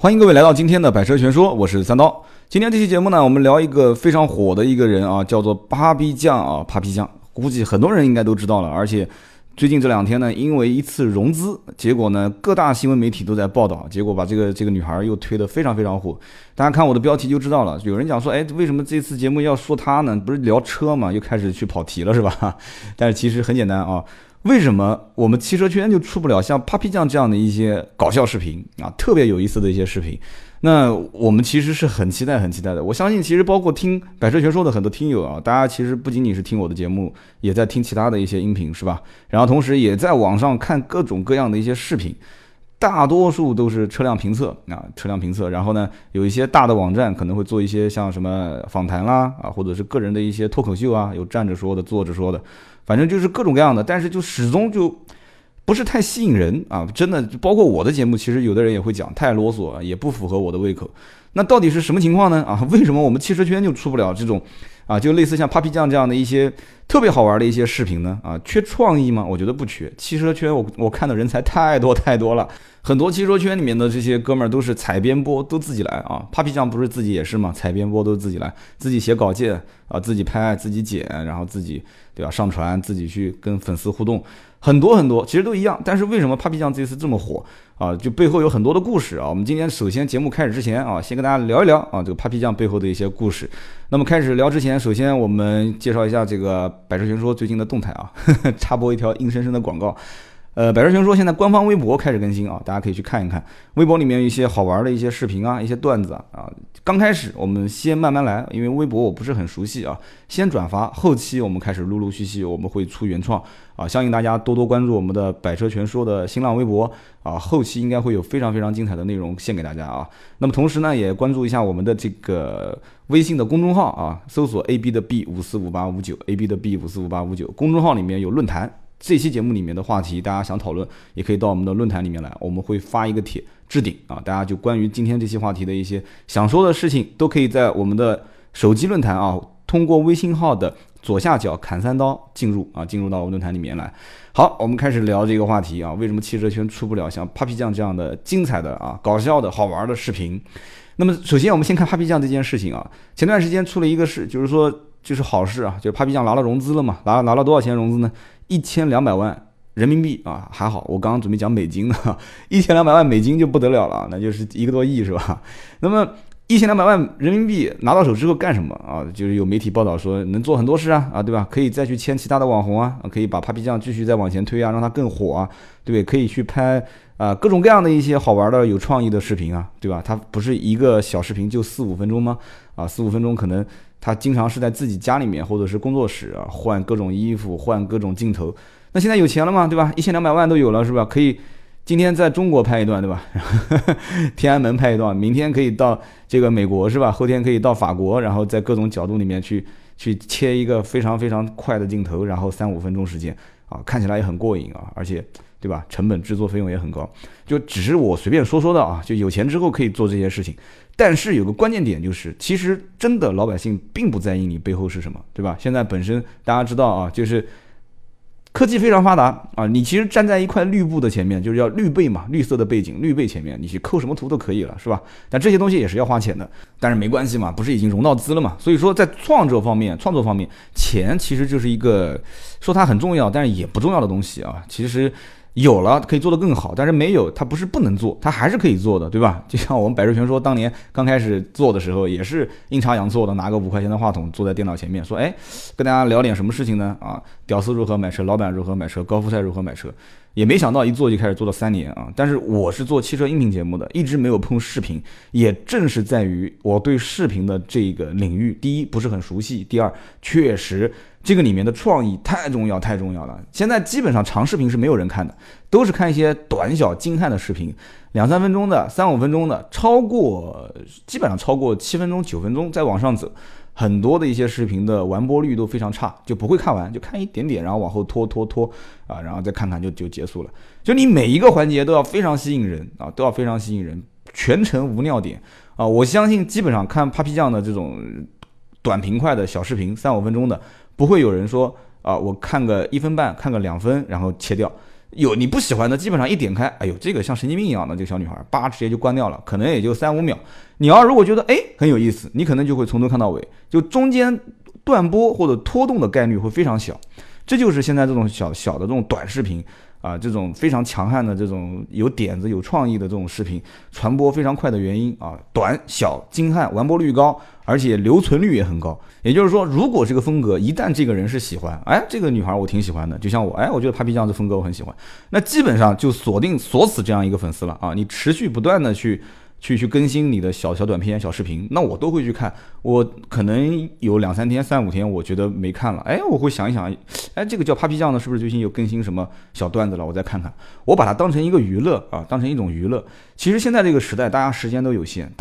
欢迎各位来到今天的百车全说，我是三刀。今天这期节目呢，我们聊一个非常火的一个人啊，叫做 Papi 酱啊 ，Papi 酱，估计很多人应该都知道了。而且最近这2天呢，因为一次融资，结果呢各大新闻媒体都在报道，结果把这个女孩又推得非常非常火。大家看我的标题就知道了，有人讲说，为什么这次节目要说她呢？不是聊车嘛，又开始去跑题了是吧？但是其实很简单啊。为什么我们汽车圈就出不了像 Papi 酱这样的一些搞笑视频啊，特别有意思的一些视频？那我们其实是很期待的。我相信其实包括听百车全说的很多听友啊，大家其实不仅仅是听我的节目，也在听其他的一些音频是吧？然后同时也在网上看各种各样的一些视频，大多数都是车辆评测啊，然后呢，有一些大的网站可能会做一些像什么访谈啦啊，或者是个人的一些脱口秀啊，有站着说的，坐着说的。反正就是各种各样的，但是就始终就不是太吸引人啊！真的，包括我的节目，其实有的人也会讲太啰嗦啊，也不符合我的胃口。那到底是什么情况呢？啊，为什么我们汽车圈就出不了这种啊，就类似像 Papi 酱这样的一些特别好玩的一些视频呢？啊，缺创意吗？我觉得不缺。汽车圈我看的人才太多了，很多汽车圈里面的这些哥们儿都是采编播都自己来啊。Papi 酱不是自己也是嘛，采编播都自己来，自己写稿件啊，自己拍，自己剪，然后自己对吧上传，自己去跟粉丝互动。很多其实都一样，但是为什么 Papi 酱这次这么火啊？就背后有很多的故事啊。我们今天首先节目开始之前啊，先跟大家聊一聊啊这个 Papi 酱背后的一些故事。那么开始聊之前，首先我们介绍一下这个百车全说最近的动态啊，插播一条硬生生的广告。百车全说现在官方微博开始更新啊，大家可以去看一看。微博里面有一些好玩的一些视频啊，一些段子啊。刚开始我们先慢慢来，因为微博我不是很熟悉啊，先转发，后期我们开始陆陆续续我们会出原创啊，相信大家多多关注我们的百车全说的新浪微博啊，后期应该会有非常非常精彩的内容献给大家啊。那么同时呢，也关注一下我们的这个微信的公众号啊，搜索 AB 的 B545859 AB 的 B545859，公众号里面有论坛。这期节目里面的话题，大家想讨论，也可以到我们的论坛里面来，我们会发一个帖置顶啊，大家就关于今天这期话题的一些想说的事情，都可以在我们的手机论坛啊，通过微信号的左下角砍3刀进入到我们论坛里面来。好，我们开始聊这个话题啊，为什么汽车圈出不了像 Papi 酱这样的精彩的啊、搞笑的好玩的视频？那么首先我们先看 Papi 酱这件事情啊，前段时间出了一个事，就是好事啊，就是 Papi 酱拿了融资了嘛，拿了多少钱融资呢？1200万人民币啊，还好，我刚刚准备讲美金呢，1200万美金就不得了了，那就是1个多亿是吧？那么1200万人民币拿到手之后干什么啊？就是有媒体报道说能做很多事啊，对吧？可以再去签其他的网红啊，可以把 Papi 酱继续再往前推啊，让它更火啊，对不对？可以去拍各种各样的一些好玩的、有创意的视频啊，对吧？它不是一个小视频就4-5分钟吗？啊，4-5分钟可能他经常是在自己家里面或者是工作室啊，换各种衣服，换各种镜头。那现在有钱了嘛，对吧？1200万都有了，是吧？可以今天在中国拍一段，对吧？天安门拍一段，明天可以到这个美国，是吧？后天可以到法国，然后在各种角度里面去切一个非常非常快的镜头，然后3-5分钟时间啊，看起来也很过瘾啊，而且对吧？成本制作费用也很高，就只是我随便说的啊，就有钱之后可以做这些事情。但是有个关键点就是，其实真的老百姓并不在意你背后是什么，对吧？现在本身大家知道啊，就是科技非常发达啊，你其实站在一块绿布的前面，就是要绿背嘛，绿色的背景，绿背前面，你去抠什么图都可以了，是吧？但这些东西也是要花钱的，但是没关系嘛，不是已经融到资了嘛？所以说在创作方面，钱其实就是一个说它很重要，但是也不重要的东西啊，其实。有了可以做得更好，但是没有它不是不能做，它还是可以做的，对吧？就像我们百车全说当年刚开始做的时候，也是阴差阳错的拿个5块钱的话筒坐在电脑前面说，跟大家聊点什么事情呢？啊，屌丝如何买车，老板如何买车，高富帅如何买车，也没想到一做就开始做了3年啊！但是我是做汽车音频节目的，一直没有碰视频，也正是在于我对视频的这个领域，第一不是很熟悉，第二确实。这个里面的创意太重要了。现在基本上长视频是没有人看的，都是看一些短小精悍的视频，2-3分钟的，3-5分钟的，基本上超过7分钟、9分钟再往上走，很多的一些视频的完播率都非常差，就不会看完，就看一点点，然后往后拖啊，然后再看看就结束了。就你每一个环节都要非常吸引人啊，全程无尿点啊！我相信基本上看 Papi 酱的这种短平快的小视频，3-5分钟的。不会有人说啊，我看个1分半，看个2分，然后切掉。 有你不喜欢的，基本上一点开，哎呦，这个像神经病一样的这个小女孩，叭直接就关掉了，可能也就3-5秒。你要如果觉得很有意思，你可能就会从头看到尾，就中间断播或者拖动的概率会非常小。这就是现在这种小的这种短视频啊，这种非常强悍的这种有点子、有创意的这种视频传播非常快的原因啊，短小精悍，完播率高，而且留存率也很高。也就是说，如果这个风格一旦这个人是喜欢，这个女孩我挺喜欢的，就像我觉得 Papi 酱这风格我很喜欢，那基本上就锁死这样一个粉丝了啊！你持续不断的去更新你的小短片、小视频，那我都会去看。我可能有2-3天、3-5天，我觉得没看了，我会想一想，这个叫 Papi 酱的，是不是最近有更新什么小段子了？我再看看。我把它当成一个娱乐啊，当成一种娱乐。其实现在这个时代，大家时间都有限，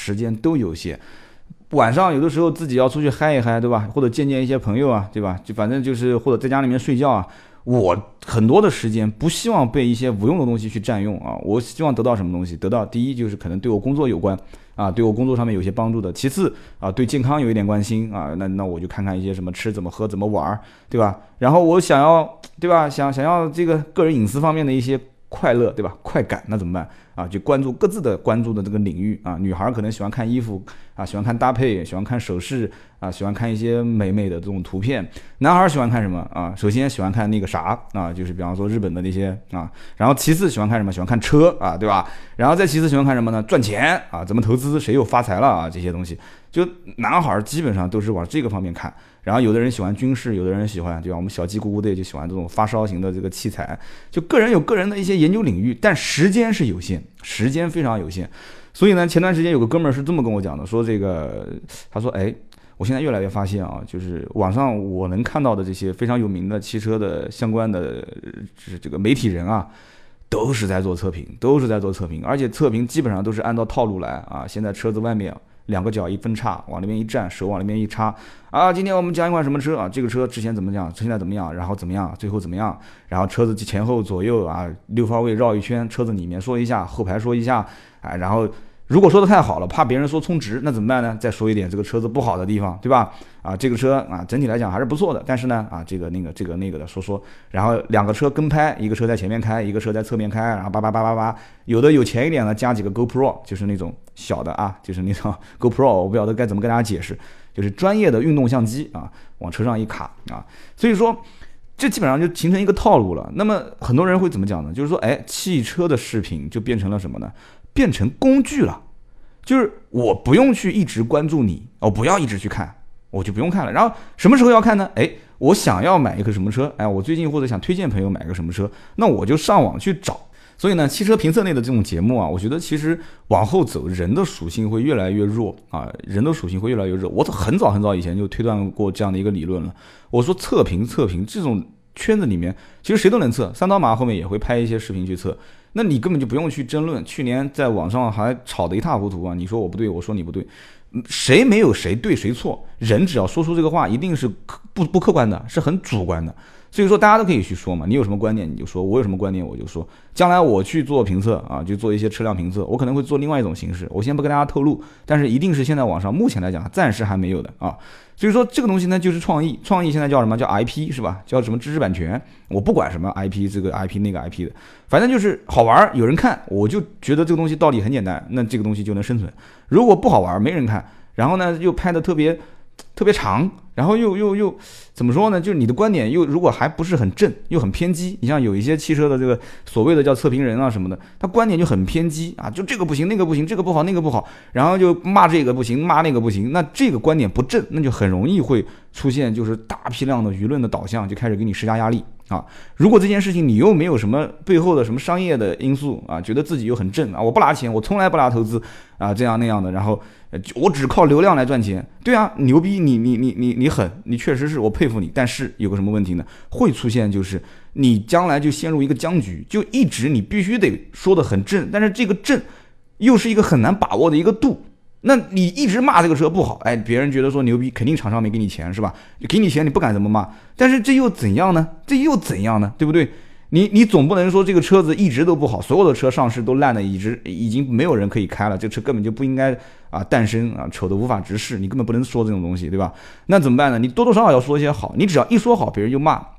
晚上有的时候自己要出去嗨一嗨，对吧？或者见一些朋友啊，对吧？就反正就是或者在家里面睡觉啊。我很多的时间不希望被一些无用的东西去占用啊，我希望得到什么东西？得到第一就是可能对我工作有关啊，对我工作上面有些帮助的。其次啊，对健康有一点关心啊，那我就看看一些什么吃、怎么喝、怎么玩，对吧？然后我想要，对吧？想要这个个人隐私方面的一些快乐，对吧？快感，那怎么办啊？就关注各自的关注的这个领域啊。女孩可能喜欢看衣服啊，喜欢看搭配，喜欢看首饰啊，喜欢看一些美的这种图片。男孩喜欢看什么啊？首先喜欢看那个啥啊，就是比方说日本的那些啊。然后其次喜欢看什么？喜欢看车啊，对吧？然后再其次喜欢看什么呢？赚钱啊，怎么投资，谁又发财了啊？这些东西，就男孩基本上都是往这个方面看。然后有的人喜欢军事，有的人喜欢，对吧？我们小鸡咕咕队就喜欢这种发烧型的这个器材，就个人有个人的一些研究领域，但时间是有限，时间非常有限。所以呢，前段时间有个哥们儿是这么跟我讲的，说这个，他说，我现在越来越发现啊，就是网上我能看到的这些非常有名的汽车的相关的这个媒体人啊，都是在做测评，而且测评基本上都是按照套路来啊。现在车子外面2个脚一分叉，往那边一站，手往那边一插啊。今天我们讲一款什么车啊？这个车之前怎么讲，现在怎么样，然后怎么样，最后怎么样？然后车子前后左右啊，6方位绕一圈，车子里面说一下，后排说一下，然后如果说的太好了，怕别人说充值，那怎么办呢？再说一点这个车子不好的地方，对吧？啊，这个车啊整体来讲还是不错的，但是呢啊这个那个的说，然后2个车跟拍，一个车在前面开，一个车在侧面开，然后叭，有的有钱一点的加几个 GoPro， 就是那种小的啊，就是那种 GoPro， 我不晓得该怎么跟大家解释，就是专业的运动相机啊，往车上一卡啊，所以说这基本上就形成一个套路了。那么很多人会怎么讲呢？就是说，汽车的视频就变成了什么呢？变成工具了，就是我不用去一直关注你，我不要一直去看，我就不用看了。然后什么时候要看呢？我想要买一个什么车，我最近或者想推荐朋友买个什么车，那我就上网去找。所以呢，汽车评测类的这种节目啊，我觉得其实往后走，人的属性会越来越弱啊，我很早以前就推断过这样的一个理论了。我说测评这种圈子里面，其实谁都能测，三刀马后面也会拍一些视频去测。那你根本就不用去争论，去年在网上还吵得一塌糊涂啊！你说我不对，我说你不对，谁没有谁对谁错？人只要说出这个话，一定是不客观的，是很主观的。所以说大家都可以去说嘛，你有什么观点你就说，我有什么观点我就说。将来我去做评测啊，就做一些车辆评测，我可能会做另外一种形式，我先不跟大家透露，但是一定是现在网上目前来讲暂时还没有的啊。所以说这个东西呢就是创意现在叫什么？叫 IP 是吧？叫什么知识版权？我不管什么 IP 这个 IP 那个 IP 的，反正就是好玩，有人看，我就觉得这个东西道理很简单，那这个东西就能生存。如果不好玩，没人看，然后呢又拍的特别长，然后又怎么说呢？就是你的观点又如果还不是很正，又很偏激。你像有一些汽车的这个所谓的叫测评人啊什么的，他观点就很偏激啊，就这个不行，那个不行，这个不好，那个不好，然后就骂这个不行，骂那个不行。那这个观点不正，那就很容易会出现就是大批量的舆论的导向，就开始给你施加压力啊。如果这件事情你又没有什么背后的什么商业的因素啊，觉得自己又很正啊，我不拿钱，我从来不拿投资啊，这样那样的，然后我只靠流量来赚钱。对啊，牛逼，你狠，你确实是我佩服你，但是有个什么问题呢？会出现就是你将来就陷入一个僵局，就一直你必须得说得很正，但是这个正又是一个很难把握的一个度。那你一直骂这个车不好，别人觉得说牛逼，肯定厂商没给你钱是吧？给你钱你不敢这么骂，但是这又怎样呢？对不对？你总不能说这个车子一直都不好，所有的车上市都烂的已经没有人可以开了，这车根本就不应该啊诞生啊，丑的无法直视，你根本不能说这种东西，对吧？那怎么办呢？你多多少少要说一些好，你只要一说好，别人就骂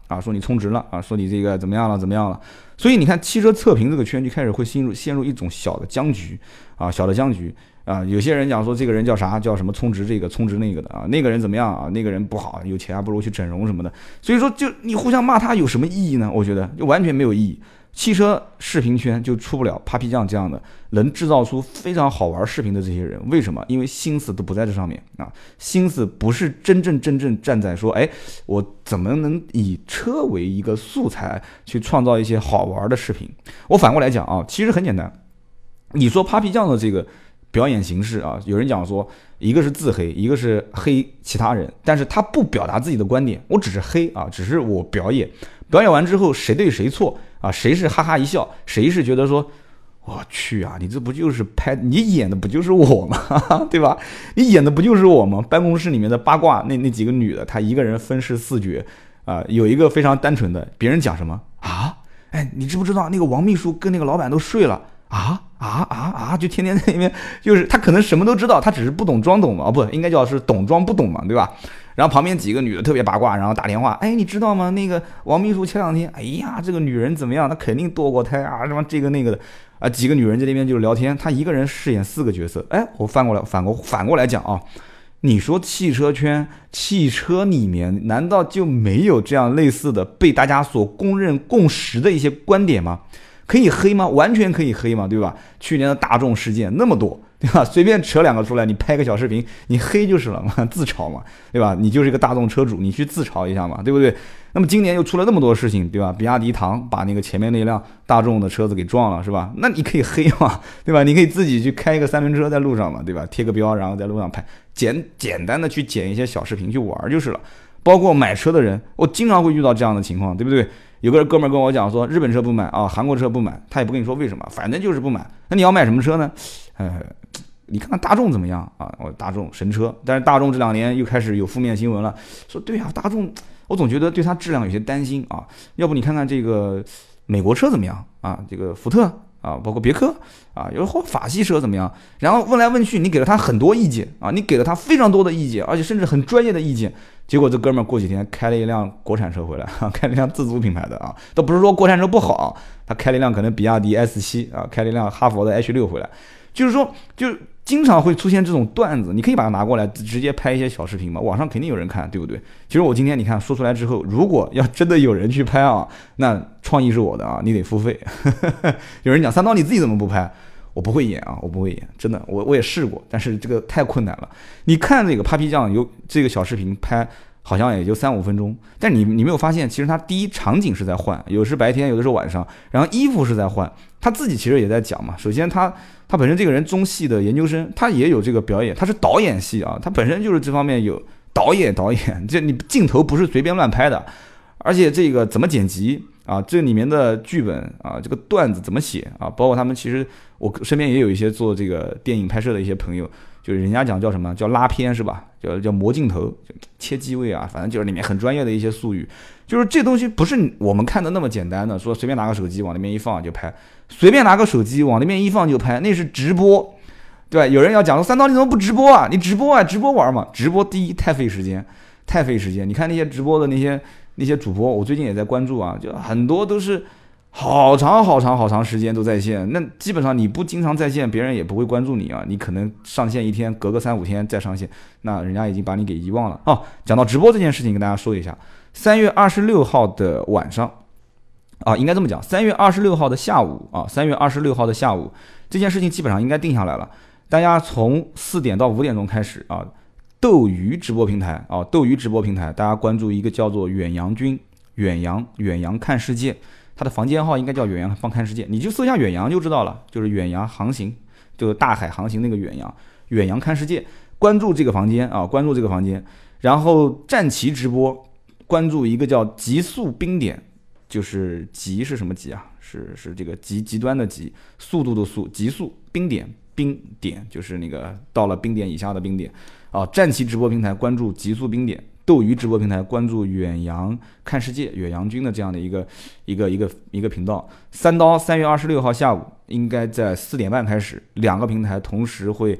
啊，说你充值了啊，说你这个怎么样了。所以你看汽车测评这个圈就开始会陷入一种小的僵局啊，有些人讲说这个人叫啥，叫什么充值这个充值那个的啊，那个人怎么样啊，那个人不好，有钱还不如去整容什么的。所以说就你互相骂他有什么意义呢？我觉得就完全没有意义。汽车视频圈就出不了 Papi 酱这样的能制造出非常好玩视频的这些人，为什么？因为心思都不在这上面啊，心思不是真正站在说，哎，我怎么能以车为一个素材去创造一些好玩的视频？我反过来讲啊，其实很简单，你说 Papi 酱的这个表演形式啊，有人讲说，一个是自黑，一个是黑其他人，但是他不表达自己的观点，我只是黑啊，只是我表演完之后谁对谁错啊，谁是哈哈一笑，谁是觉得说我去啊，你这不就是拍你演的不就是我吗？对吧？你演的不就是我吗？办公室里面的八卦那几个女的，她一个人分饰四角啊，有一个非常单纯的，别人讲什么啊？哎，你知不知道那个王秘书跟那个老板都睡了？就天天在那边，就是他可能什么都知道，他只是不懂装懂嘛，不应该叫是懂装不懂嘛，对吧？然后旁边几个女的特别八卦，然后打电话，哎，你知道吗？那个王秘书前两天，哎呀，这个女人怎么样？她肯定堕过胎啊，什么这个那个的啊，几个女人在那边就是聊天，她一个人饰演4个角色。哎，我反过来讲啊，你说汽车圈、汽车里面，难道就没有这样类似的被大家所公认共识的一些观点吗？可以黑吗？完全可以黑嘛，对吧？去年的大众事件那么多，对吧？随便扯2个出来，你拍个小视频，你黑就是了嘛，自嘲嘛，对吧？你就是一个大众车主，你去自嘲一下嘛，对不对？那么今年又出了那么多事情，对吧？比亚迪唐把那个前面那辆大众的车子给撞了，是吧？那你可以黑嘛，对吧？你可以自己去开一个3轮车在路上嘛，对吧？贴个标，然后在路上拍，简单的去剪一些小视频去玩就是了。包括买车的人，我经常会遇到这样的情况，对不对？有个哥们跟我讲说，日本车不买啊，韩国车不买，他也不跟你说为什么，反正就是不买。那你要买什么车呢？你看看大众怎么样啊？我大众神车，但是大众这2年又开始有负面新闻了，说对啊，大众，我总觉得对它质量有些担心啊。要不你看看这个美国车怎么样啊？这个福特啊，包括别克啊，有法系车怎么样？然后问来问去，你给了他很多意见啊，你给了他非常多的意见，而且甚至很专业的意见。结果这哥们儿过几天开了一辆国产车回来，开了一辆自主品牌的啊，都不是说国产车不好，他开了一辆可能比亚迪 S7啊，开了一辆哈佛的 H6回来，就是说就经常会出现这种段子，你可以把它拿过来直接拍一些小视频嘛，网上肯定有人看，对不对？其实我今天你看说出来之后，如果要真的有人去拍啊，那创意是我的啊，你得付费。有人讲三刀你自己怎么不拍？我不会演啊，我不会演，真的，我也试过，但是这个太困难了。你看这个 Papi 酱有这个小视频拍，好像也就3-5分钟，但你没有发现，其实他第一场景是在换，有的是白天，有的是晚上，然后衣服是在换，他自己其实也在讲嘛。首先他本身这个人中戏的研究生，他也有这个表演，他是导演系啊，他本身就是这方面有导演，这你镜头不是随便乱拍的，而且这个怎么剪辑啊，这里面的剧本啊，这个段子怎么写啊，包括他们其实我身边也有一些做这个电影拍摄的一些朋友，就是人家讲叫什么叫拉片是吧，叫磨镜头，切机位啊，反正就是里面很专业的一些术语，就是这东西不是我们看的那么简单的，说随便拿个手机往那边一放就拍，随便拿个手机往那边一放就拍，那是直播，对吧？有人要讲说三刀你怎么不直播啊？你直播啊，直播玩嘛？直播第一太费时间，你看那些直播的那些主播，我最近也在关注啊，就很多都是好长时间都在线，那基本上你不经常在线，别人也不会关注你啊。你可能上线一天，隔个3-5天再上线，那人家已经把你给遗忘了哦。讲到直播这件事情，跟大家说一下，3月26号的晚上啊，应该这么讲，3月26号的下午啊，3月26号的下午，这件事情基本上应该定下来了。大家从4点到5点钟开始啊。斗鱼直播平台啊，斗鱼直播平台，大家关注一个叫做远洋君，远洋看世界，他的房间号应该叫远洋看世界，你就搜一下远洋就知道了，就是远洋航行，就是大海航行那个远洋看世界，关注这个房间啊，关注这个房间，然后战旗直播，关注一个叫极速冰点，就是极是什么极啊？是这个极端的极，速度的速，极速冰点就是那个到了冰点以下的冰点。啊，战旗直播平台关注极速冰点，斗鱼直播平台关注远洋看世界、远洋君的这样的一个频道。三刀3月26号下午应该在4点半开始，2个平台同时会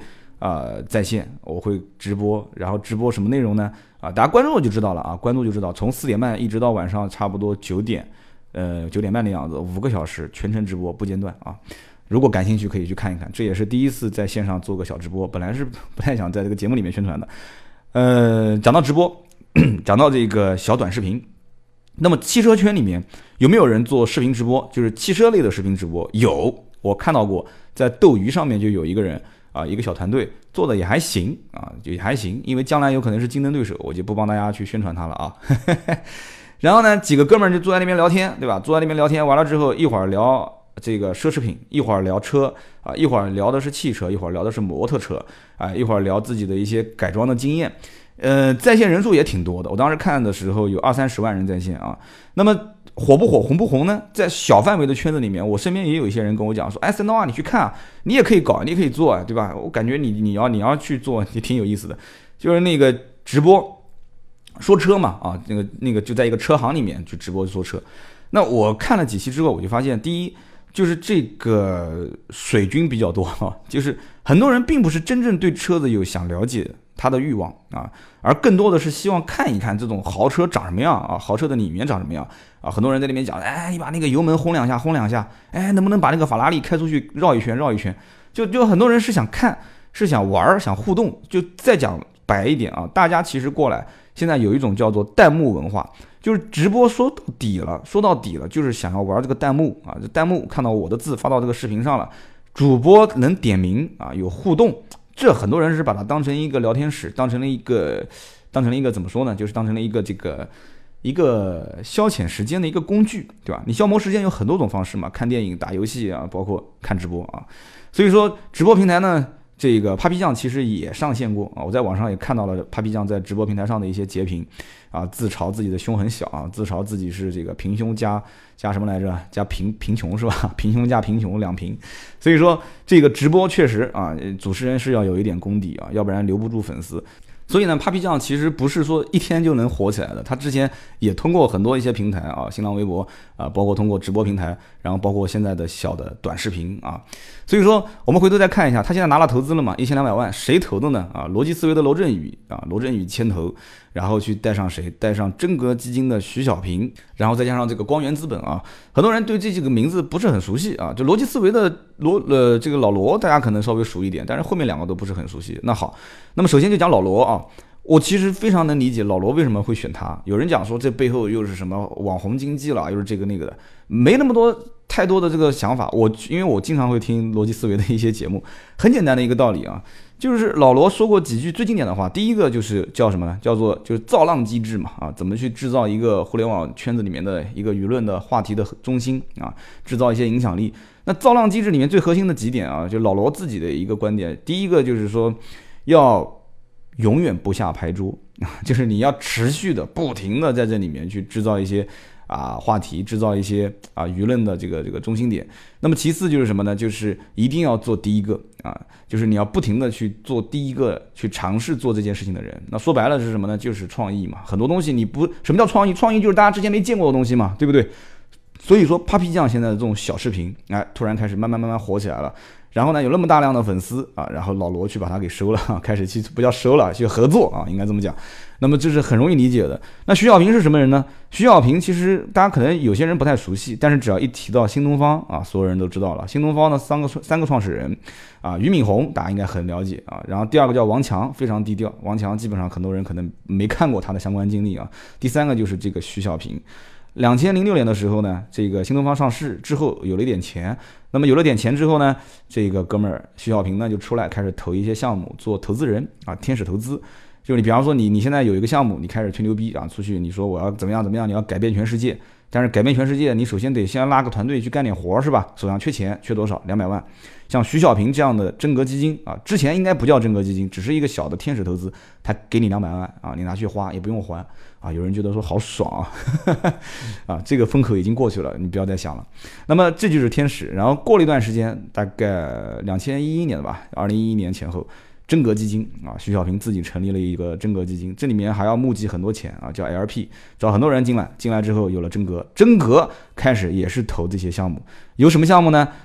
在线，我会直播，然后直播什么内容呢？大家关注我就知道了啊，关注就知道，从4点半一直到晚上差不多9点半的样子，5个小时全程直播不间断啊。如果感兴趣可以去看一看，这也是第一次在线上做个小直播，本来是不太想在这个节目里面宣传的。讲到直播，讲到这个小短视频，那么汽车圈里面有没有人做视频直播？就是汽车类的视频直播，有，我看到过，在斗鱼上面就有一个人一个小团队做的也还行也还行，因为将来有可能是竞争对手，我就不帮大家去宣传他了啊。然后呢，几个哥们儿就坐在那边聊天，对吧？坐在那边聊天完了之后，一会儿聊这个奢侈品，一会儿聊车一会儿聊的是汽车，一会儿聊的是摩托车一会儿聊自己的一些改装的经验。在线人数也挺多的，我当时看的时候有20-30万人在线啊。那么火不火，红不红呢？在小范围的圈子里面，我身边也有一些人跟我讲说，哎，三刀啊，你去看啊，你也可以搞，你也可以做对吧？我感觉你要去做也挺有意思的，就是那个直播说车嘛那个就在一个车行里面去直播说车。那我看了几期之后，我就发现，第一就是这个水军比较多就是很多人并不是真正对车子有想了解他的欲望而更多的是希望看一看这种豪车长什么样豪车的里面长什么样很多人在那边讲，哎，你把那个油门轰两下，哎，能不能把那个法拉利开出去绕一圈，就很多人是想看，是想玩，想互动。就再讲白一点大家其实过来现在有一种叫做弹幕文化，就是直播说到底了，就是想要玩这个弹幕这弹幕看到我的字发到这个视频上了，主播能点名有互动，这很多人是把它当成一个聊天室，当成了一个怎么说呢？就是当成了一个消遣时间的一个工具，对吧？你消磨时间有很多种方式嘛，看电影、打游戏包括看直播所以说直播平台呢，这个 Papi 酱其实也上线过我在网上也看到了 Papi 酱在直播平台上的一些截屏自嘲自己的胸很小自嘲自己是这个平胸加什么来着？加贫穷是吧？平胸加贫穷两平。所以说这个直播确实主持人是要有一点功底要不然留不住粉丝。所以呢 Papi 酱其实不是说一天就能火起来的，他之前也通过很多一些平台新浪微博包括通过直播平台，然后包括现在的小的短视频所以说我们回头再看一下，他现在拿了投资了嘛，1200万，谁投的呢逻辑思维的罗振宇牵头，然后去带上谁？带上真格基金的徐小平，然后再加上这个光源资本很多人对这几个名字不是很熟悉就逻辑思维的这个老罗大家可能稍微熟一点，但是后面2个都不是很熟悉。那好，那么首先就讲老罗我其实非常能理解老罗为什么会选他。有人讲说这背后又是什么网红经济了，又是这个那个的，没那么多太多的这个想法。因为我经常会听逻辑思维的一些节目，很简单的一个道理就是老罗说过几句最经典的话。第一个就是叫什么呢？叫做就是造浪机制嘛怎么去制造一个互联网圈子里面的一个舆论的话题的中心制造一些影响力。那造浪机制里面最核心的几点就老罗自己的一个观点。第一个就是说要永远不下牌桌就是你要持续的不停的在这里面去制造一些话题，制造一些舆论的这个中心点。那么其次就是什么呢？就是一定要做第一个就是你要不停的去做第一个，去尝试做这件事情的人。那说白了是什么呢？就是创意嘛。很多东西什么叫创意？创意就是大家之前没见过的东西嘛，对不对？所以说 Papi 酱现在的这种小视频突然开始慢慢火起来了。然后呢，有那么大量的粉丝然后老罗去把他给收了开始去不叫收了，去合作应该这么讲。那么这是很容易理解的。那徐小平是什么人呢？徐小平其实大家可能有些人不太熟悉，但是只要一提到新东方所有人都知道了。新东方的三个创始人俞敏洪大家应该很了解然后第二个叫王强，非常低调，王强基本上很多人可能没看过他的相关经历第三个就是这个徐小平。2006年的时候呢，这个新东方上市之后有了一点钱，那么有了点钱之后呢，这个哥们儿徐小平呢就出来开始投一些项目，做投资人天使投资。就你比方说你现在有一个项目，你开始吹牛逼出去，你说我要怎么样，你要改变全世界，但是改变全世界，你首先得先拉个团队去干点活是吧？手上缺钱，缺多少？200万。像徐小平这样的真格基金之前应该不叫真格基金，只是一个小的天使投资，他给你200万你拿去花也不用还有人觉得说好爽这个风口已经过去了，你不要再想了。那么这就是天使。然后过了一段时间，大概2011年的吧，2011年前后，真格基金徐小平自己成立了一个真格基金，这里面还要募集很多钱叫 LP， 找很多人进来之后有了真格开始也是投这些项目。有什么项目呢？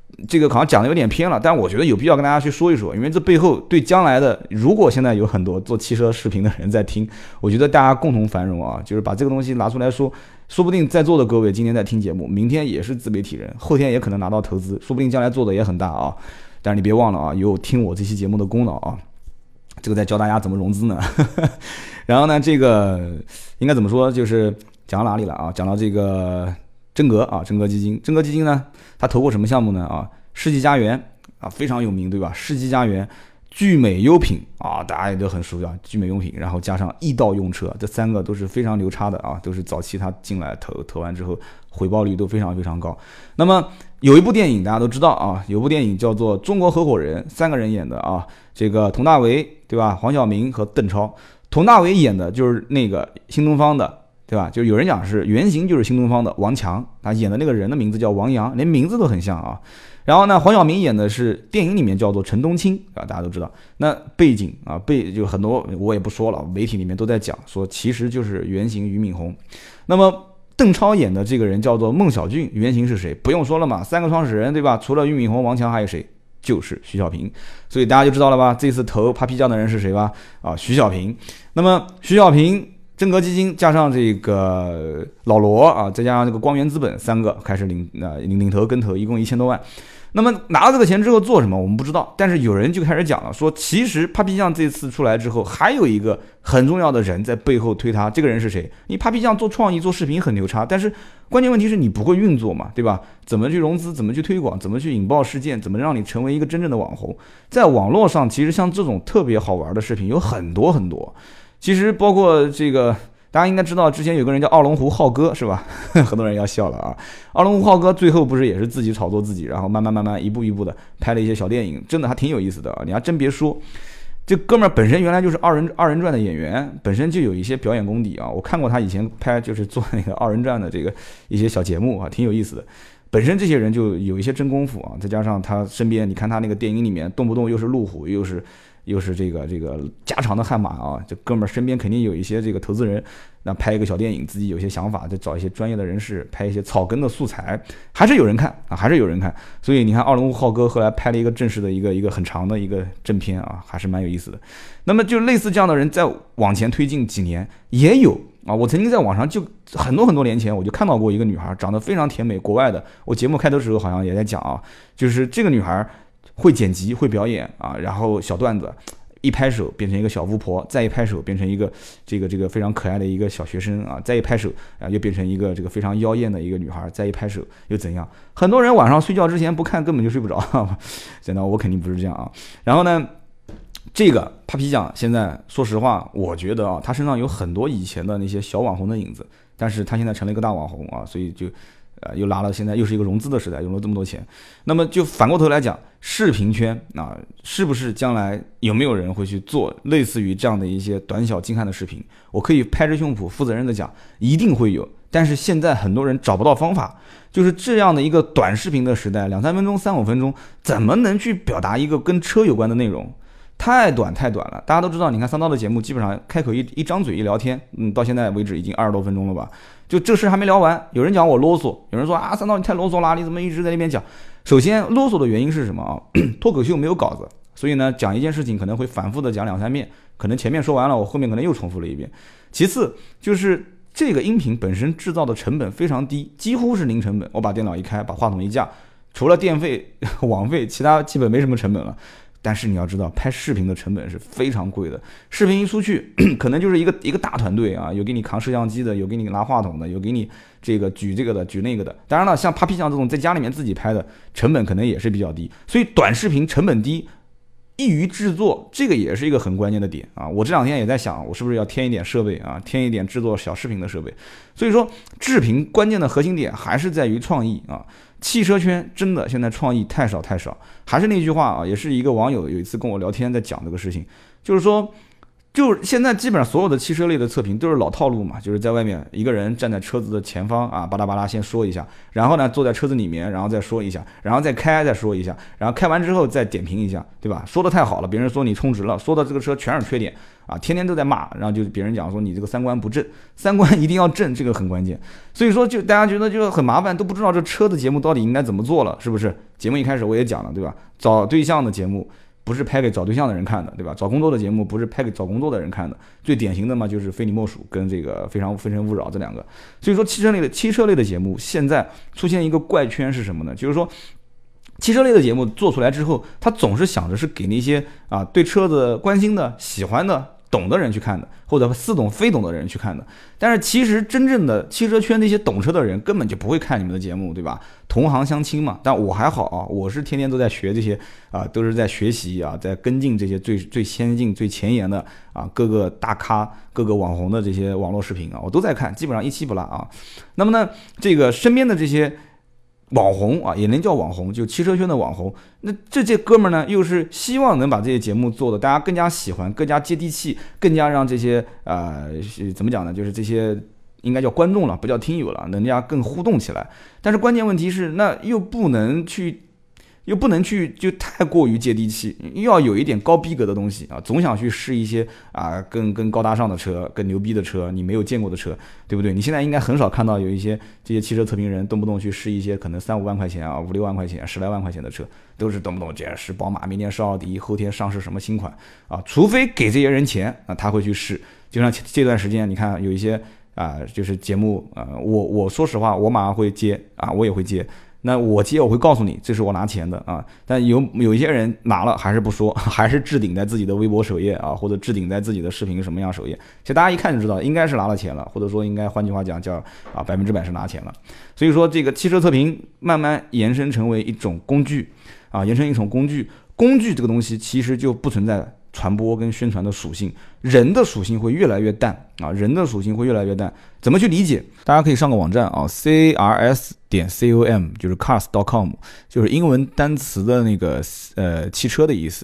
这个好像讲的有点偏了，但我觉得有必要跟大家去说一说，因为这背后对将来的，如果现在有很多做汽车视频的人在听，我觉得大家共同繁荣啊，就是把这个东西拿出来说，说不定在座的各位今天在听节目，明天也是自媒体人，后天也可能拿到投资，说不定将来做的也很大啊。但是你别忘了啊，有听我这期节目的功劳啊，这个在教大家怎么融资呢。然后呢，这个应该怎么说，就是讲到哪里了啊？讲到这个真格啊，真格基金，真格基金呢，他投过什么项目呢？啊，世纪佳缘啊，非常有名，对吧？世纪佳缘、聚美优品啊，大家也都很熟悉啊，聚美优品，然后加上易到用车，这三个都是非常牛叉的啊，都是早期他进来投完之后回报率都非常非常高。那么有一部电影大家都知道啊，有部电影叫做《中国合伙人》，三个人演的啊，这个佟大为对吧？黄晓明和邓超。佟大为演的就是那个新东方的。对吧？就有人讲是原型就是新东方的王强，他演的那个人的名字叫王阳，连名字都很像啊。然后呢，黄晓明演的是电影里面叫做陈冬青啊，大家都知道。那背景啊，就很多我也不说了，媒体里面都在讲说，其实就是原型俞敏洪。那么邓超演的这个人叫做孟小俊，原型是谁？不用说了嘛，三个创始人对吧？除了俞敏洪、王强还有谁？就是徐小平。所以大家就知道了吧？这次投 Papi 酱的人是谁吧？啊，徐小平。那么徐小平。真格基金加上这个老罗啊，再加上这个光源资本，三个开始领投跟投，一共1000多万。那么拿到这个钱之后做什么，我们不知道。但是有人就开始讲了，说其实 Papi 酱这次出来之后，还有一个很重要的人在背后推他。这个人是谁？你 Papi 酱做创意、做视频很牛叉，但是关键问题是你不会运作嘛，对吧？怎么去融资？怎么去推广？怎么去引爆事件？怎么让你成为一个真正的网红？在网络上，其实像这种特别好玩的视频有很多很多。其实包括这个，大家应该知道，之前有个人叫奥龙湖浩哥，是吧？很多人要笑了啊。奥龙湖浩哥最后不是也是自己炒作自己，然后慢慢一步一步的拍了一些小电影，真的还挺有意思的啊。你还真别说，这哥们儿本身原来就是二人转的演员，本身就有一些表演功底啊。我看过他以前拍就是做那个二人转的这个一些小节目啊，挺有意思的。本身这些人就有一些真功夫啊，再加上他身边，你看他那个电影里面动不动又是路虎，又是这个加长的悍马啊，这哥们儿身边肯定有一些这个投资人，那拍一个小电影，自己有些想法，就找一些专业的人士拍一些草根的素材，还是有人看啊，还是有人看。所以你看奥龙浩哥后来拍了一个正式的一个很长的一个正片啊，还是蛮有意思的。那么就类似这样的人再往前推进几年也有啊，我曾经在网上就很多年前我就看到过一个女孩，长得非常甜美，国外的，我节目开头的时候好像也在讲啊，就是这个女孩会剪辑会表演啊，然后小段子一拍手变成一个小巫婆，再一拍手变成一个这个非常可爱的一个小学生啊，再一拍手啊又变成一个这个非常妖艳的一个女孩，再一拍手又怎样？很多人晚上睡觉之前不看根本就睡不着，真的我肯定不是这样啊。然后呢，这个 Papi 酱现在说实话，我觉得啊，他身上有很多以前的那些小网红的影子，但是他现在成了一个大网红啊，所以就又拉了，现在又是一个融资的时代，用了这么多钱。那么就反过头来讲，视频圈啊，是不是将来有没有人会去做类似于这样的一些短小精悍的视频？我可以拍着胸脯负责任的讲，一定会有。但是现在很多人找不到方法，就是这样的一个短视频的时代，2-3分钟、3-5分钟，怎么能去表达一个跟车有关的内容？太短了，大家都知道，你看三刀的节目基本上开口一张嘴一聊天，到现在为止已经20多分钟了吧，就这事还没聊完。有人讲我啰嗦，有人说啊，三刀你太啰嗦啦，你怎么一直在那边讲？首先啰嗦的原因是什么啊？脱口秀没有稿子，所以呢讲一件事情可能会反复的讲2-3遍，可能前面说完了，我后面可能又重复了一遍。其次就是这个音频本身制造的成本非常低，几乎是零成本，我把电脑一开，把话筒一架，除了电费、网费，其他基本没什么成本了。但是你要知道，拍视频的成本是非常贵的。视频一出去，可能就是一个大团队啊，有给你扛摄像机的，有给你拿话筒的，有给你这个举这个的，举那个的。当然了，像 Papi 酱这种在家里面自己拍的，成本可能也是比较低。所以短视频成本低，易于制作，这个也是一个很关键的点啊。我这2天也在想，我是不是要添一点设备啊，添一点制作小视频的设备。所以说，视频关键的核心点还是在于创意啊。汽车圈真的现在创意太少，还是那句话啊，也是一个网友有一次跟我聊天在讲这个事情，就是说就现在基本上所有的汽车类的测评都是老套路嘛，就是在外面一个人站在车子的前方啊，巴拉巴拉先说一下，然后呢坐在车子里面，然后再说一下，然后再说一下，然后开完之后再点评一下，对吧？说的太好了，别人说你充值了，说的这个车全是缺点啊，天天都在骂，然后就别人讲说你这个三观不正，三观一定要正，这个很关键。所以说就大家觉得就很麻烦，都不知道这车的节目到底应该怎么做了，是不是？节目一开始我也讲了，对吧？找对象的节目不是拍给找对象的人看的，对吧？找工作的节目不是拍给找工作的人看的。最典型的嘛，就是非你莫属跟这个非常非诚勿扰这两个。所以说汽车类的节目现在出现一个怪圈是什么呢？就是说汽车类的节目做出来之后，他总是想着是给那些对车子关心的、喜欢的、懂的人去看的，或者似懂非懂的人去看的。但是其实真正的汽车圈那些懂车的人根本就不会看你们的节目，对吧？同行相亲嘛。但我还好啊，我是天天都在学这些都是在学习在跟进这些最先进、最前沿的各个大咖、各个网红的这些网络视频我都在看，基本上一期不落那么呢，这个身边的这些网红也能叫网红，就汽车圈的网红。那这些哥们儿呢，又是希望能把这些节目做的大家更加喜欢、更加接地气，更加让这些怎么讲呢？就是这些应该叫观众了，不叫听友了，人家更互动起来。但是关键问题是，那又不能去就太过于接地气，又要有一点高逼格的东西总想去试一些更高大上的车，更牛逼的车，你没有见过的车，对不对？你现在应该很少看到有一些这些汽车测评人动不动去试一些可能3-5万块钱5-6万块钱10来万块钱的车，都是动不动这样试宝马，明年试奥迪，后天上市什么新款除非给这些人钱他会去试。就像这段时间你看有一些就是节目我说实话，我马上会接我也会接。那我接我会告诉你，这是我拿钱的但有一些人拿了还是不说，还是置顶在自己的微博首页或者置顶在自己的视频什么样首页，其实大家一看就知道应该是拿了钱了，或者说应该换句话讲叫100%是拿钱了。所以说这个汽车测评慢慢延伸成为一种工具工具这个东西其实就不存在传播跟宣传的属性，人的属性会越来越淡怎么去理解？大家可以上个网站cars.com 就是 cars.com 就是英文单词的那个汽车的意思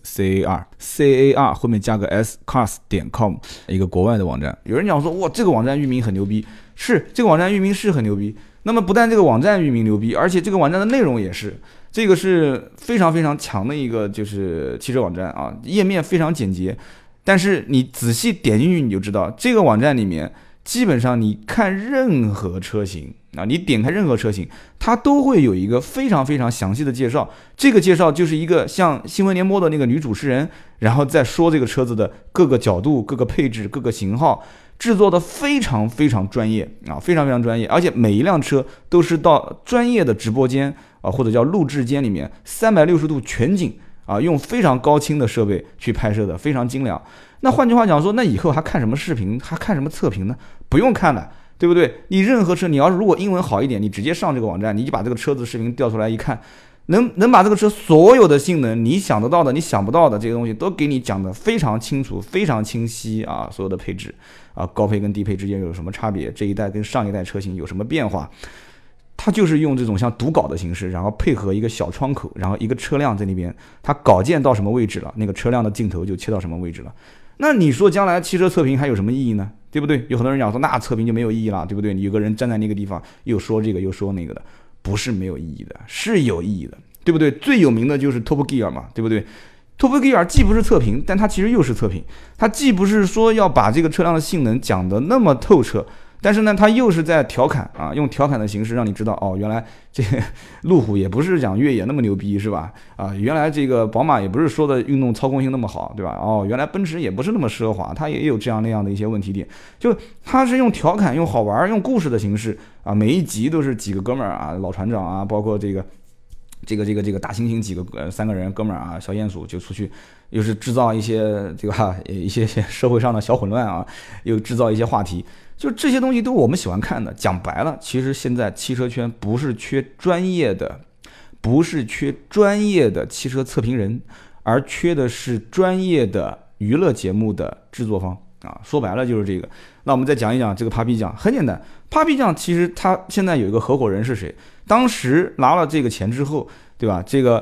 car 后面加个 s cars.com 一个国外的网站。有人讲说哇，这个网站域名很牛逼，是这个网站域名是很牛逼。那么不但这个网站域名牛逼，而且这个网站的内容也是，这个是非常非常强的一个就是汽车网站页面非常简洁。但是你仔细点进去你就知道，这个网站里面基本上你看任何车型你点开任何车型，它都会有一个非常非常详细的介绍。这个介绍就是一个像新闻联播的那个女主持人，然后再说这个车子的各个角度、各个配置、各个型号，制作的非常非常专业非常非常专业。而且每一辆车都是到专业的直播间或者叫录制间里面360度全景用非常高清的设备去拍摄的，非常精良。那换句话讲说，那以后还看什么视频，还看什么测评呢？不用看了，对不对？你任何车，你要是如果英文好一点，你直接上这个网站，你就把这个车子视频调出来一看，能把这个车所有的性能，你想得到的、你想不到的这些东西，都给你讲得非常清楚、非常清晰所有的配置高配跟低配之间有什么差别，这一代跟上一代车型有什么变化。它就是用这种像读稿的形式，然后配合一个小窗口，然后一个车辆在那边，它稿件到什么位置了，那个车辆的镜头就切到什么位置了。那你说将来汽车测评还有什么意义呢？对不对？有很多人讲说那测评就没有意义了，对不对？你有个人站在那个地方又说这个又说那个的，不是没有意义的，是有意义的，对不对？最有名的就是 Top Gear 嘛，对不对？Top Gear 既不是测评，但它其实又是测评。它既不是说要把这个车辆的性能讲得那么透彻，但是呢，它又是在调侃用调侃的形式让你知道原来这个路虎也不是讲越野那么牛逼，是吧？原来这个宝马也不是说的运动操控性那么好，对吧？原来奔驰也不是那么奢华，它也有这样那样的一些问题点。就它是用调侃、用好玩、用故事的形式每一集都是几个哥们儿老船长包括这个大猩猩几个3个人哥们儿小鼹鼠就出去，又是制造一些这个一些社会上的小混乱又制造一些话题。就这些东西都我们喜欢看的。讲白了，其实现在汽车圈不是缺专业的汽车测评人，而缺的是专业的娱乐节目的制作方说白了就是这个。那我们再讲一讲这个 Papi 酱，很简单。Papi 酱其实他现在有一个合伙人是谁？当时拿了这个钱之后，对吧？这个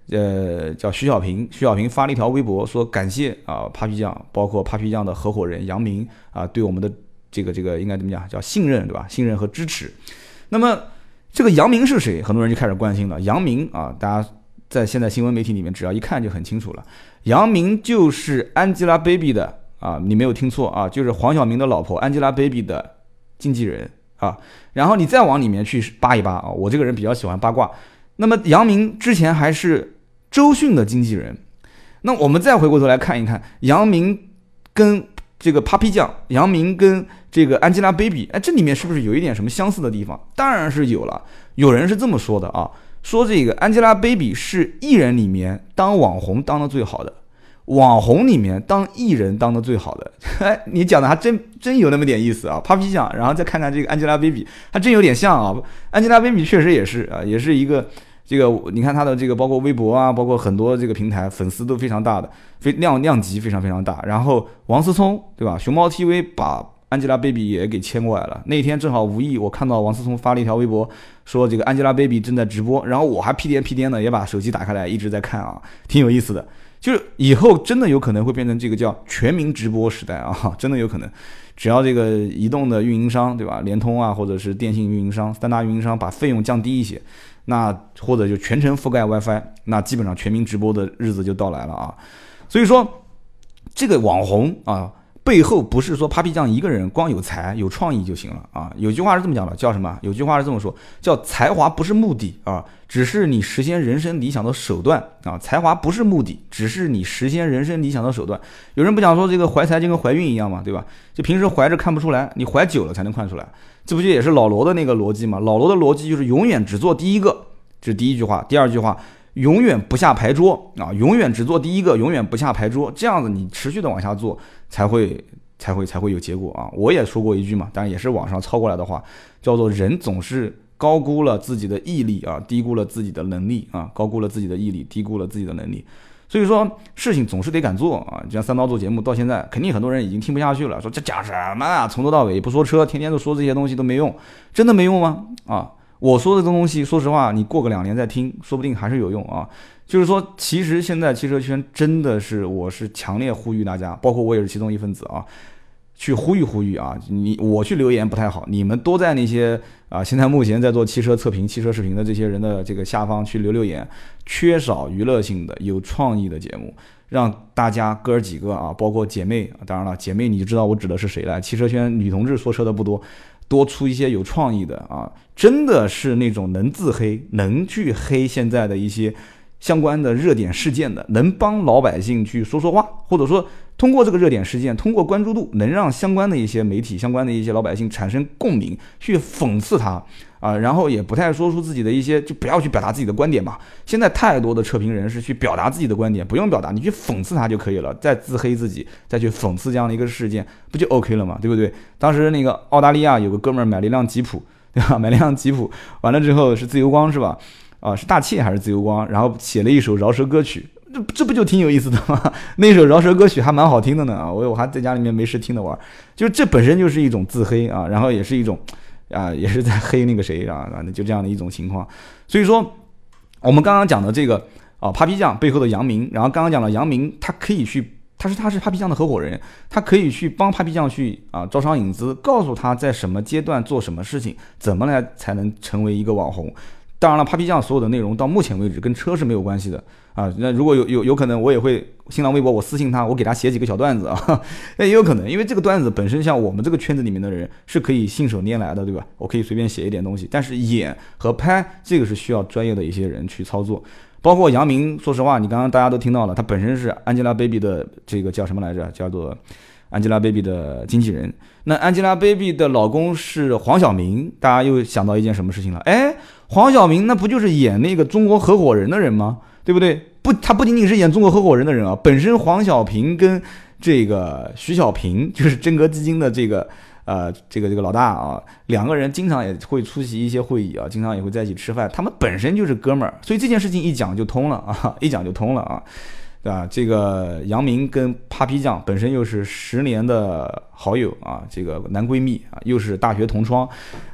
叫徐小平发了一条微博说感谢啊 Papi 酱，包括 Papi 酱的合伙人杨明啊对我们的这个应该怎么讲叫信任对吧？信任和支持。那么这个杨明是谁？很多人就开始关心了。杨明啊，大家在现在新闻媒体里面只要一看就很清楚了。杨明就是 Angelababy 的啊，你没有听错啊，就是黄晓明的老婆 Angelababy 的经纪人啊。然后你再往里面去扒一扒啊，我这个人比较喜欢八卦。那么杨明之前还是周迅的经纪人。那我们再回过头来看一看，杨明跟这个 Papi 酱，杨明跟这个 Angelababy， 哎，这里面是不是有一点什么相似的地方？当然是有了。有人是这么说的啊，说这个 Angelababy 是艺人里面当网红当的最好的，网红里面当艺人当的最好的。哎，你讲的还真有那么点意思啊 ，Papi 酱，然后再看看这个 Angelababy， 还真有点像啊。Angelababy 确实也是啊，也是一个。这个你看他的这个包括微博啊，包括很多这个平台粉丝都非常大的，量级非常非常大。然后王思聪对吧？熊猫 TV 把 Angelababy 也给牵过来了。那天正好无意我看到王思聪发了一条微博，说这个 Angelababy 正在直播，然后我还屁颠的也把手机打开来一直在看啊，挺有意思的。就是以后真的有可能会变成这个叫全民直播时代啊，真的有可能。只要这个移动的运营商对吧，联通啊或者是电信运营商3大运营商把费用降低一些，那或者就全程覆盖 WiFi， 那基本上全民直播的日子就到来了啊。所以说这个网红啊背后不是说 Papi 酱一个人光有才有创意就行了啊。有句话是这么讲的，叫什么？有句话是这么说，叫才华不是目的啊，只是你实现人生理想的手段啊。才华不是目的，只是你实现人生理想的手段。有人不讲说这个怀才就跟怀孕一样嘛，对吧？就平时怀着看不出来，你怀久了才能看出来。这不就也是老罗的那个逻辑嘛？老罗的逻辑就是永远只做第一个，这是第一句话。第二句话，永远不下牌桌啊，永远只做第一个，永远不下牌桌。这样子你持续的往下做，才会有结果啊。我也说过一句嘛，当然也是网上抄过来的话，叫做人总是高估了自己的毅力啊，低估了自己的能力啊，高估了自己的毅力，低估了自己的能力。所以说事情总是得敢做啊！就像三刀做节目到现在，肯定很多人已经听不下去了，说这讲什么啊？从头到尾不说车，天天都说这些东西都没用，真的没用吗？啊，我说的这东西，说实话，你过个2年再听，说不定还是有用啊。就是说，其实现在汽车圈真的是，我是强烈呼吁大家，包括我也是其中一份子啊，去呼吁啊！我去留言不太好，你们多在那些啊，现在目前在做汽车测评、汽车视频的这些人的这个下方去留言，缺少娱乐性的、有创意的节目，让大家哥儿几个啊，包括姐妹，当然了，姐妹你就知道我指的是谁了。汽车圈女同志说车的不多，多出一些有创意的啊，真的是那种能自黑、能去黑现在的一些相关的热点事件的，能帮老百姓去说说话，或者说通过这个热点事件，通过关注度，能让相关的一些媒体、相关的一些老百姓产生共鸣，去讽刺他啊，然后也不太说出自己的一些，就不要去表达自己的观点嘛。现在太多的测评人是去表达自己的观点，不用表达，你去讽刺他就可以了，再自黑自己，再去讽刺这样的一个事件，不就 OK 了嘛，对不对？当时那个澳大利亚有个哥们儿买了一辆吉普，对吧？买了一辆吉普，完了之后是自由光是吧？啊，是大切还是自由光？然后写了一首饶舌歌曲，这不就挺有意思的吗？那首饶舌歌曲还蛮好听的呢，我还在家里面没事听着玩，就是这本身就是一种自黑啊，然后也是一种啊，也是在黑那个谁啊，就这样的一种情况。所以说，我们刚刚讲的这个啊，Papi酱背后的杨明，然后刚刚讲了杨明，他可以去，他是 Papi酱的合伙人，他可以去帮 Papi酱去啊招商引资，告诉他在什么阶段做什么事情，怎么来才能成为一个网红。当然了 ，Papi酱所有的内容到目前为止跟车是没有关系的啊。那如果有可能，我也会新浪微博我私信他，我给他写几个小段子啊，那也有可能，因为这个段子本身像我们这个圈子里面的人是可以信手拈来的，对吧？我可以随便写一点东西，但是演和拍这个是需要专业的一些人去操作。包括杨明，说实话，你刚刚大家都听到了，他本身是 Angelababy 的这个叫什么来着？叫做 Angelababy 的经纪人。那 Angelababy 的老公是黄晓明，大家又想到一件什么事情了？哎，黄晓明那不就是演那个中国合伙人的人吗？对不对？他不仅仅是演中国合伙人的人啊，本身黄晓平跟这个徐小平就是真格基金的这个老大啊，两个人经常也会出席一些会议啊，经常也会在一起吃饭，他们本身就是哥们儿，所以这件事情一讲就通了啊，一讲就通了啊。对吧？这个杨明跟 Papi 酱本身又是10年的好友啊，这个男闺蜜啊，又是大学同窗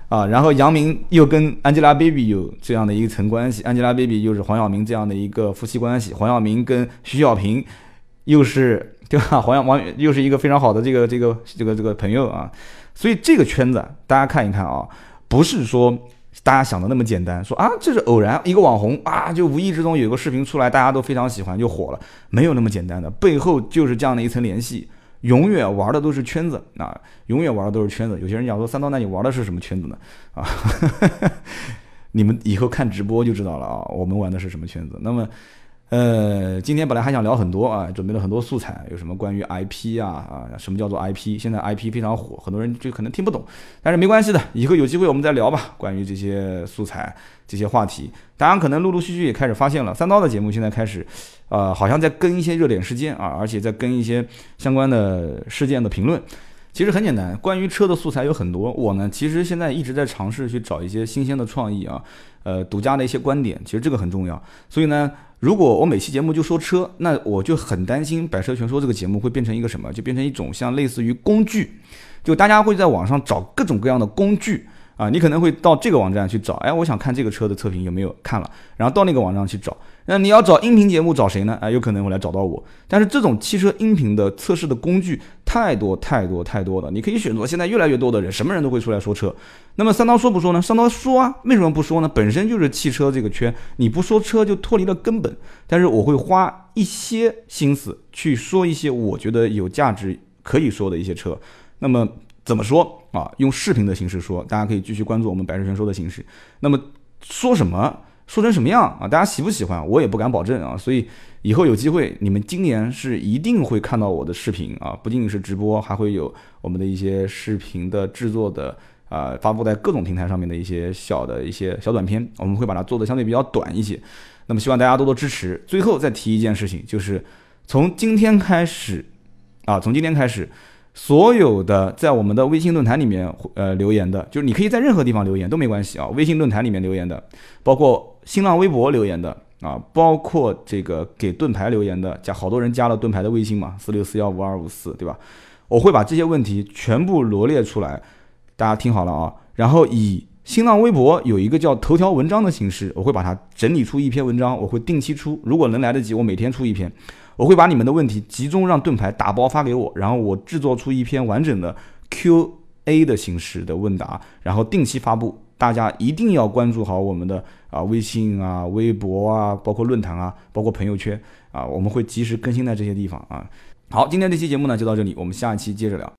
啊，然后杨明又跟 Angelababy 有这样的一层关系，Angelababy 又是黄晓明这样的一个夫妻关系，黄晓明跟徐小平又是对吧？又是一个非常好的这个朋友啊，所以这个圈子大家看一看啊，不是说大家想的那么简单，说啊这是偶然一个网红啊，就无意之中有个视频出来，大家都非常喜欢就火了，没有那么简单的，背后就是这样的一层联系。永远玩的都是圈子啊，永远玩的都是圈子。有些人讲说三刀，那你玩的是什么圈子呢？啊，你们以后看直播就知道了啊，我们玩的是什么圈子。那么，今天本来还想聊很多啊，准备了很多素材，有什么关于 IP 什么叫做 IP？ 现在 IP 非常火，很多人就可能听不懂，但是没关系的，以后有机会我们再聊吧，关于这些素材、这些话题。大家可能陆陆续续也开始发现了，三刀的节目现在开始，好像在跟一些热点事件啊，而且在跟一些相关的事件的评论。其实很简单，关于车的素材有很多，我呢其实现在一直在尝试去找一些新鲜的创意啊，独家的一些观点，其实这个很重要。所以呢，如果我每期节目就说车，那我就很担心《百车全说》这个节目会变成一个什么，就变成一种像类似于工具，就大家会在网上找各种各样的工具。啊，你可能会到这个网站去找，哎，我想看这个车的测评有没有看了，然后到那个网站去找。那你要找音频节目找谁呢？有可能会来找到我。但是这种汽车音频的测试的工具太多了，你可以选择。现在越来越多的人，什么人都会出来说车。那么三刀说不说呢？三刀说啊，为什么不说呢？本身就是汽车这个圈，你不说车就脱离了根本。但是我会花一些心思去说一些我觉得有价值可以说的一些车。那么怎么说啊？用视频的形式说，大家可以继续关注我们百车全说的形式。那么说什么，说成什么样啊？大家喜不喜欢，我也不敢保证啊。所以以后有机会，你们今年是一定会看到我的视频啊，不仅仅是直播，还会有我们的一些视频的制作的发布在各种平台上面的一些小短片，我们会把它做的相对比较短一些。那么希望大家多多支持。最后再提一件事情，就是从今天开始。所有的在我们的微信论坛里面留言的，就是你可以在任何地方留言都没关系啊。微信论坛里面留言的，包括新浪微博留言的啊，包括这个给盾牌留言的，好多人加了盾牌的微信嘛，46415254，对吧？我会把这些问题全部罗列出来，大家听好了啊。然后以新浪微博有一个叫头条文章的形式，我会把它整理出一篇文章，我会定期出，如果能来得及，我每天出一篇。我会把你们的问题集中让盾牌打包发给我，然后我制作出一篇完整的 Q&A 的形式的问答，然后定期发布。大家一定要关注好我们的微信啊、微博啊，包括论坛啊，包括朋友圈啊，我们会及时更新在这些地方啊。好，今天这期节目呢就到这里，我们下一期接着聊。